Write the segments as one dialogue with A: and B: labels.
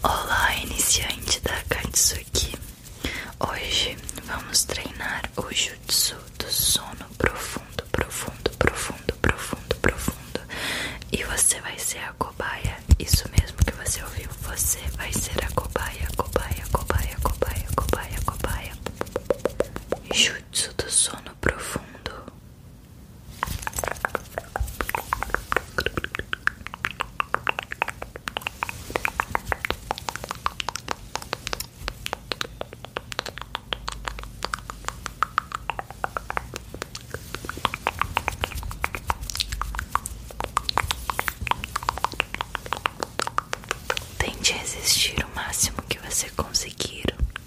A: Olá, iniciante da Akatsuki. Hoje vamos treinar o jutsu do sono profundo, profundo, profundo, profundo, profundo. E você vai ser a cobaia. Isso mesmo que você ouviu. Você vai ser a cobaia, cobaia, cobaia, cobaia, cobaia, cobaia. Jutsu do sono profundo. Tente resistir o máximo que você conseguir.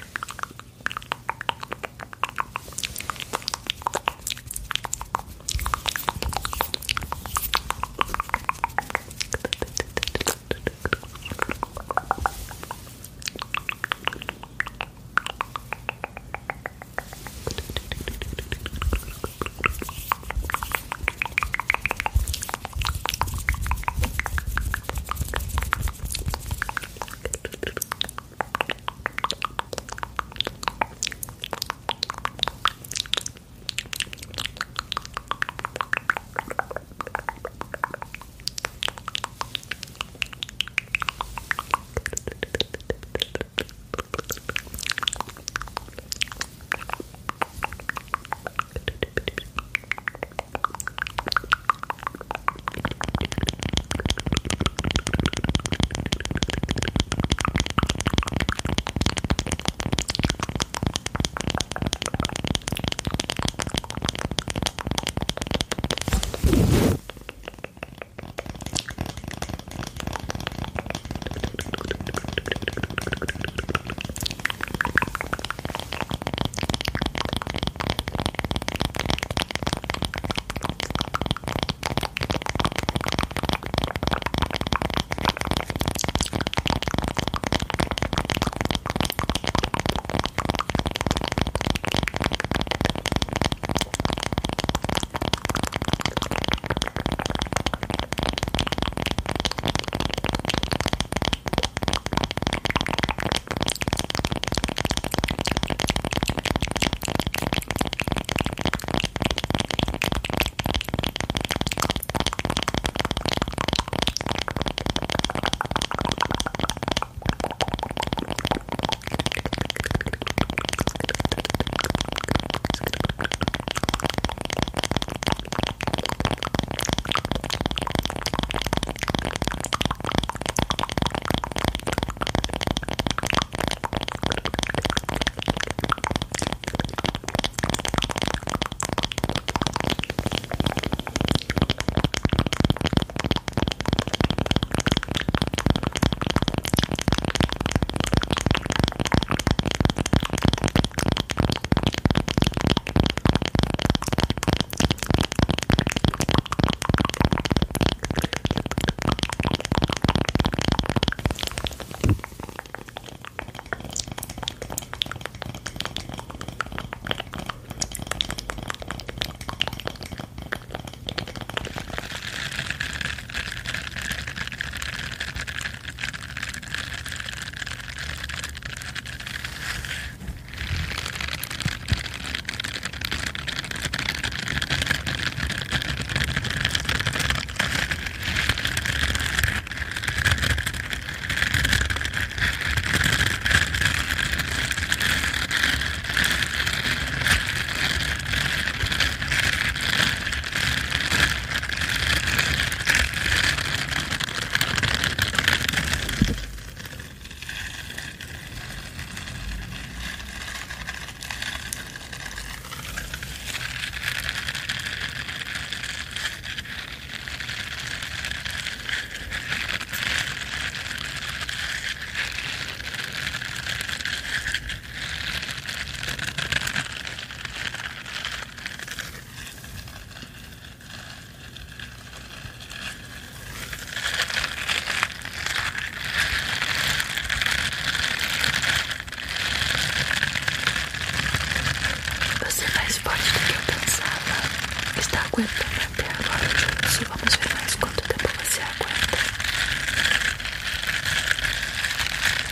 A: aguentando até agora o jutsu. Vamos ver mais quanto tempo você aguenta.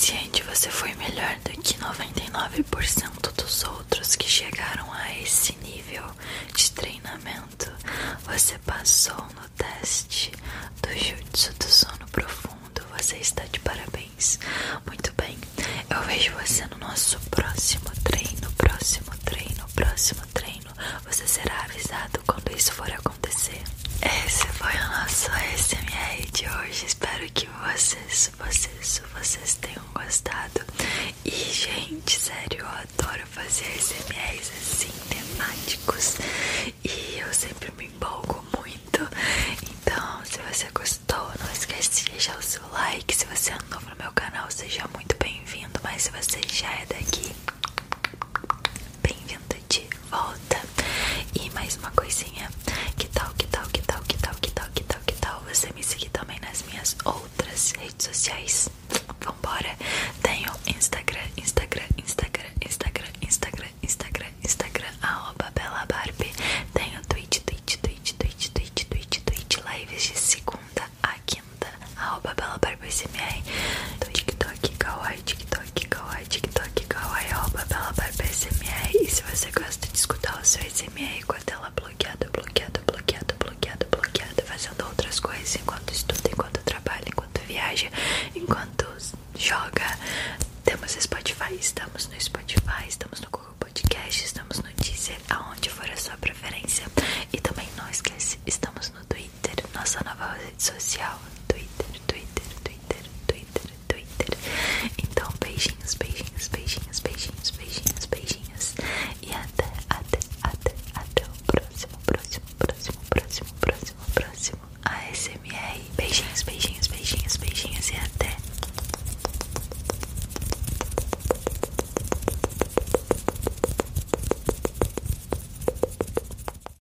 A: suficiente, você foi melhor do que 99% dos outros que chegaram a esse nível de treinamento. Você passou no teste do Jutsu do sono profundo. Você está de parabéns. Muito bem, eu vejo você no nosso próximo treino. Próximo treino. Você será avisado quando isso for acontecer. Esse foi o nosso ASMR de hoje. Espero que vocês tenham gostado. E, gente, sério, eu adoro fazer ASMRs assim, temáticos. E eu sempre me empolgo muito. Então, se você gostou, não esquece de deixar o seu like. Se você é novo no meu canal, seja muito bem-vindo. Mas se você já é daqui, bem-vindo de volta. E mais uma coisinha, que tal você me seguir também nas minhas outras redes sociais? Vambora. Tenho Instagram, @BelaBarbie. Tenho Twitch, lives de segunda a quinta, @BelaBarbieSMR. TikTok, Kawaii, @BelaBarbieSMR. E se você gosta de escutar o seu SMR com a tela bloqueada, fazendo outras coisas enquanto estuda, enquanto trabalha, enquanto viaja, enquanto joga, temos Spotify, estamos no Spotify, estamos no Google Podcast, estamos no Deezer, aonde for a sua preferência. E também não esquece, estamos no Twitter, nossa nova rede social.